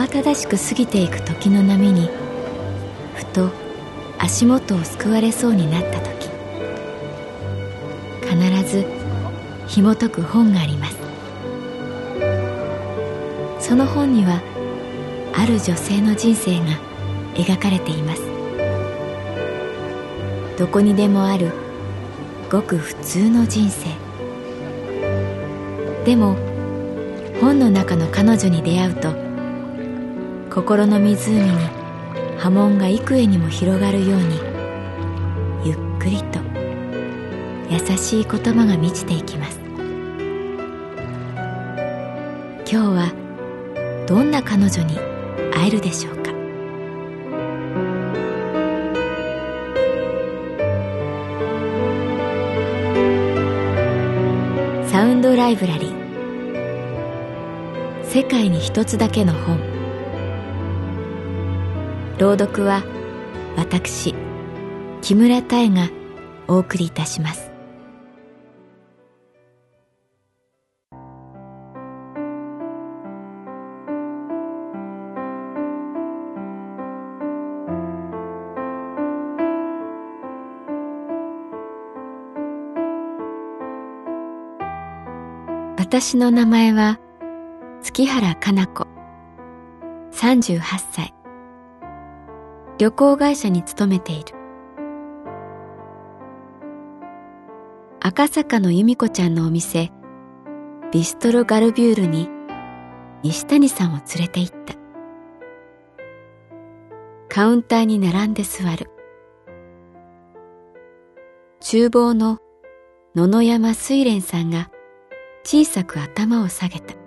慌ただしく過ぎていく時の波にふと足元をすくわれそうになった時、必ず紐解く本があります。その本にはある女性の人生が描かれています。どこにでもあるごく普通の人生。でも本の中の彼女に出会うと、心の湖に波紋が幾重にも広がるように、ゆっくりと優しい言葉が満ちていきます。今日はどんな彼女に会えるでしょうか。サウンドライブラリー、世界に一つだけの本。朗読は私木村多江がお送りいたします。私の名前は月原かな子、38歳。旅行会社に勤めている。赤坂の由美子ちゃんのお店、ビストロガルビュールに西谷さんを連れて行った。カウンターに並んで座る。厨房の野々山睡蓮さんが小さく頭を下げた。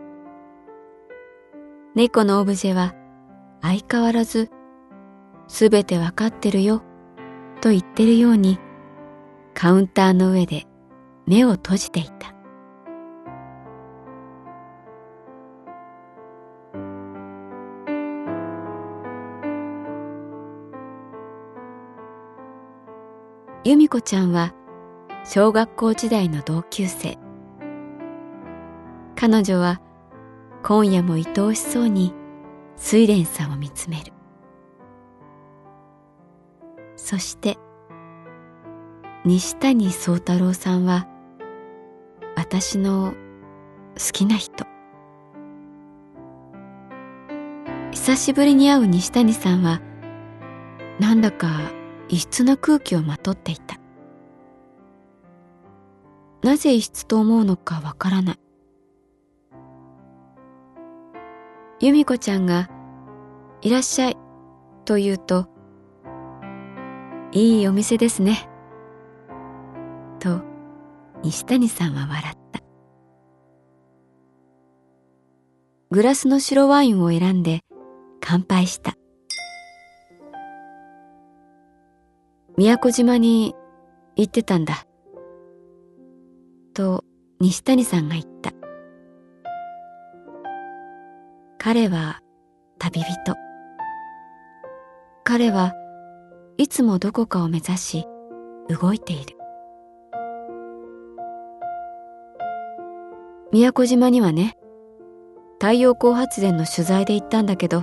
猫のオブジェは相変わらずすべてわかってるよと言ってるように、カウンターの上で目を閉じていた。由美子ちゃんは小学校時代の同級生。彼女は今夜も愛おしそうに睡蓮さんを見つめる。そして西谷宗太郎さんは私の好きな人。久しぶりに会う西谷さんはなんだか異質な空気をまとっていた。なぜ異質と思うのかわからない。由美子ちゃんがいらっしゃいと言うと、いいお店ですねと西谷さんは笑った。グラスの白ワインを選んで乾杯した。宮古島に行ってたんだと西谷さんが言った。彼は旅人。彼はいつもどこかを目指し動いている。宮古島にはね、太陽光発電の取材で行ったんだけど、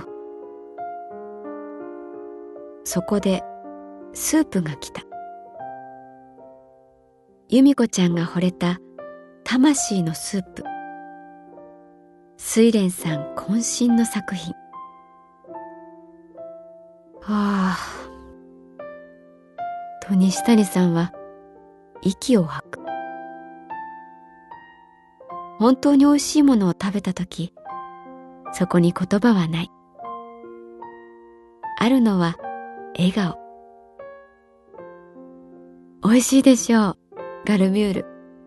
そこでスープが来た。由美子ちゃんが惚れた魂のスープ。睡蓮さん渾身の作品。はあ、と西谷さんは息を吐く。本当に美味しいものを食べたとき、そこに言葉はない。あるのは笑顔。美味しいでしょう、ガルビュール。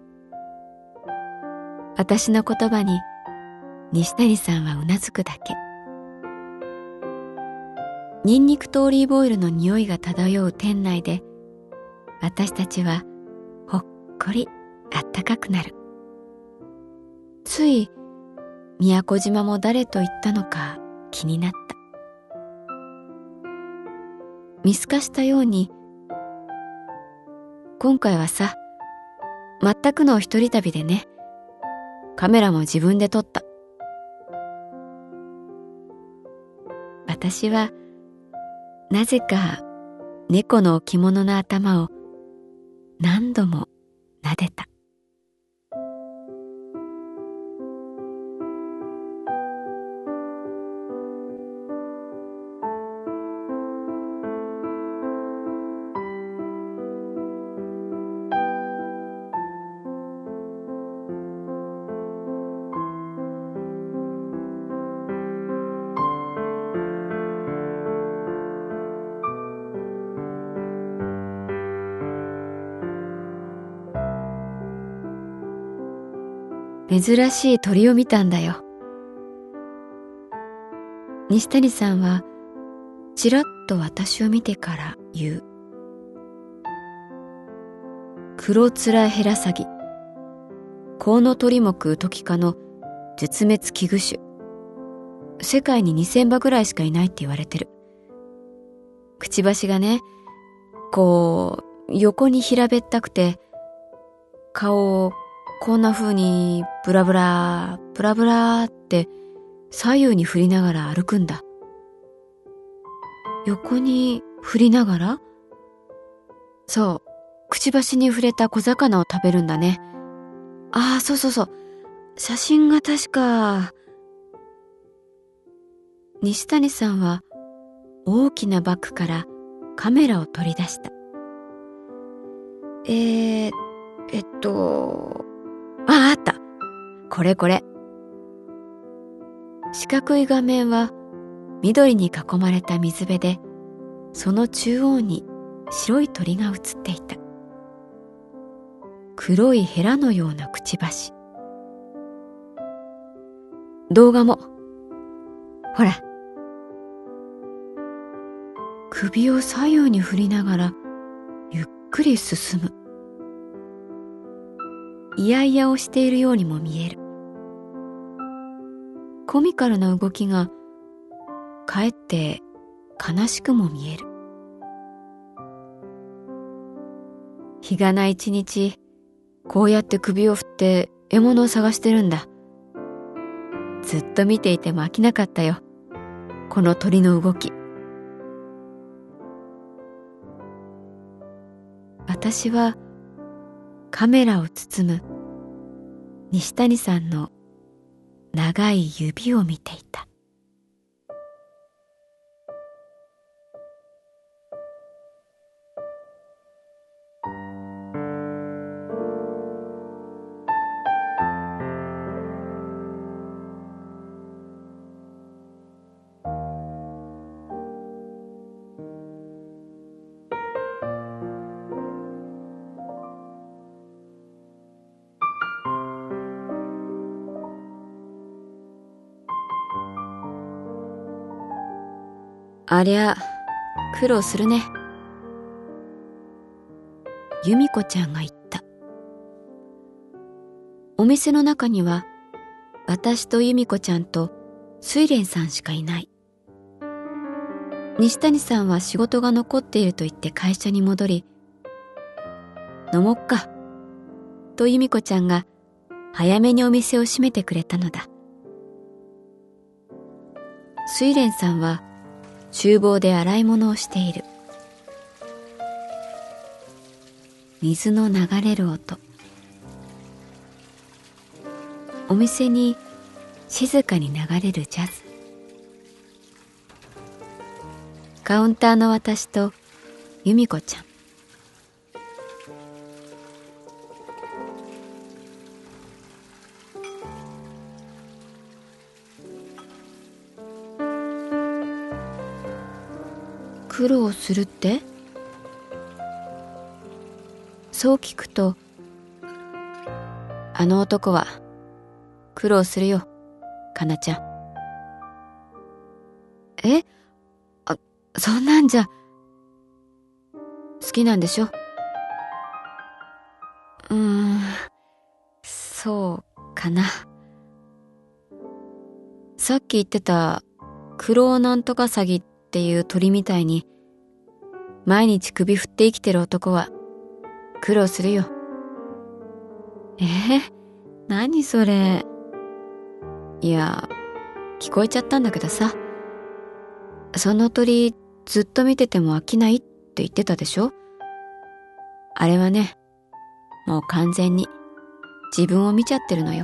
私の言葉に西谷さんはうなずくだけ。ニンニクとオリーブオイルの匂いが漂う店内で、私たちはほっこりあったかくなる。つい宮古島も誰と言ったのか気になった。見透かしたように、今回はさ、全くの一人旅でね、カメラも自分で撮った。 私はなぜか猫の置物の頭を何度も撫でた。珍しい鳥を見たんだよ。西谷さんはちらっと私を見てから言う。クロツラヘラサギ、コウノトリ目トキ科の絶滅危惧種。世界に2000羽ぐらいしかいないって言われてる。くちばしがね、こう横に平べったくて、顔をこんな風にブラブラブラブラって左右に振りながら歩くんだ。横に振りながら？そう、くちばしに触れた小魚を食べるんだね。ああ、そうそうそう。写真が確か。西谷さんは大きなバッグからカメラを取り出した。あった。これこれ。四角い画面は緑に囲まれた水辺で、その中央に白い鳥が映っていた。黒いヘラのようなくちばし。動画も。ほら。首を左右に振りながらゆっくり進む。いやいやをしているようにも見える。コミカルな動きがかえって悲しくも見える。日がな一日こうやって首を振って獲物を探してるんだ。ずっと見ていても飽きなかったよ、この鳥の動き。私はカメラを包む西谷さんの長い指を見ていた。ありゃ、苦労するね。由美子ちゃんが言った。お店の中には私と由美子ちゃんと睡蓮さんしかいない。西谷さんは仕事が残っていると言って会社に戻り、飲もっかと由美子ちゃんが早めにお店を閉めてくれたのだ。睡蓮さんは厨房で洗い物をしている。水の流れる音。お店に静かに流れるジャズ。カウンターの私と由美子ちゃん。苦労するって？そう聞くと、あの男は苦労するよ、かなちゃん。え？そんなんじゃ。好きなんでしょ？そうかな。さっき言ってたクロウなんとかサギっていう鳥みたいに毎日首振って生きてる男は苦労するよ。何それ。いや、聞こえちゃったんだけどさ。 その鳥ずっと見てても飽きないって言ってたでしょ。あれはね、もう完全に自分を見ちゃってるのよ。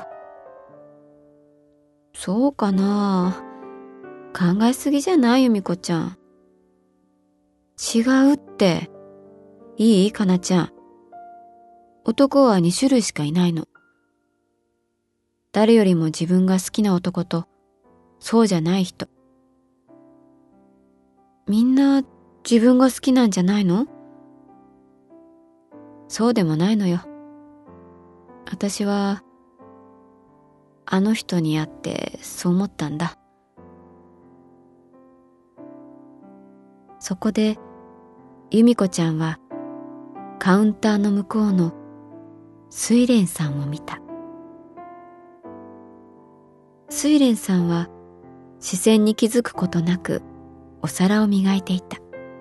そうかな。考えすぎじゃない由美子ちゃん。違うって。いいかなちゃん。男は2種類しかいないの。誰よりも自分が好きな男と、そうじゃない人。みんな自分が好きなんじゃないの？そうでもないのよ。私は、あの人に会ってそう思ったんだ。そこで、由美子ちゃんは、カウンターの向こうの睡蓮さんを見た。睡蓮さんは視線に気づくことなくお皿を磨いていた。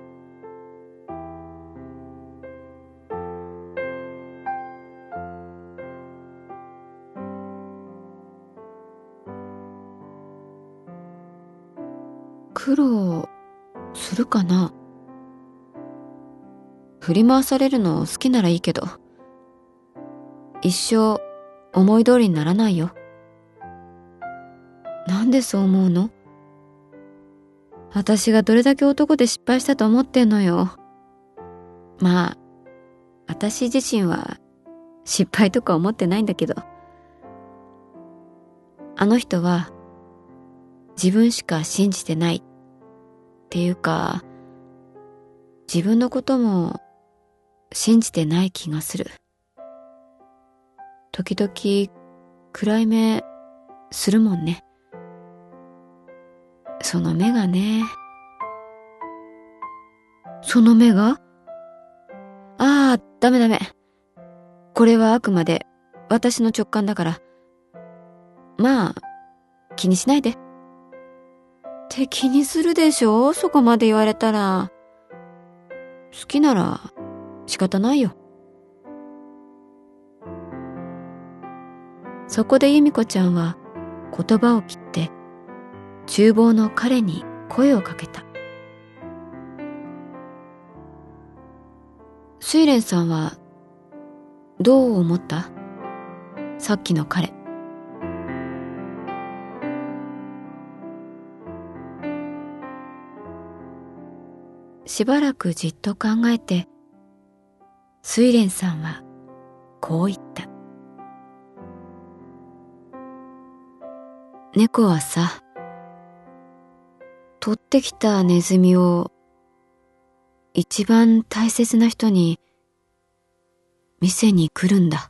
苦労するかな。振り回されるの好きならいいけど、一生思い通りにならないよ。なんでそう思うの？私がどれだけ男で失敗したと思ってんのよ。まあ、私自身は失敗とか思ってないんだけど、あの人は自分しか信じてないっていうか、自分のことも信じてない気がする。時々暗い目するもんね。その目がね。その目が？ああ、ダメダメ。これはあくまで私の直感だから。まあ、気にしないで。って気にするでしょ？そこまで言われたら。好きなら仕方ないよ。そこで由美子ちゃんは言葉を切って厨房の彼に声をかけた。睡蓮さんはどう思った？さっきの彼。しばらくじっと考えて、睡蓮さんはこう言った。猫はさ、取ってきたネズミを一番大切な人に見せに来るんだ。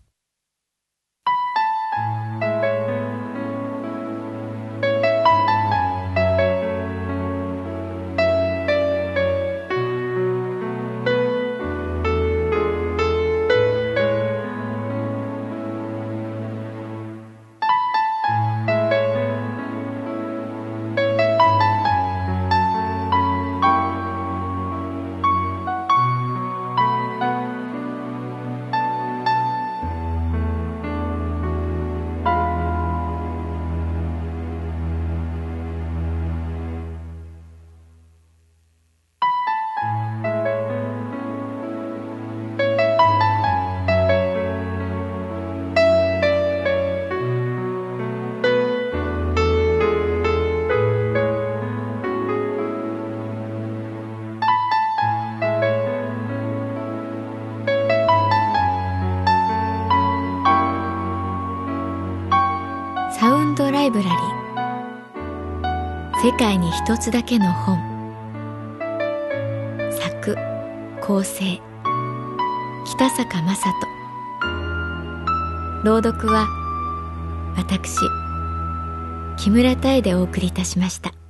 サウンドライブラリー。世界に一つだけの本。作・構成北坂雅人。朗読は私木村多江でお送りいたしました。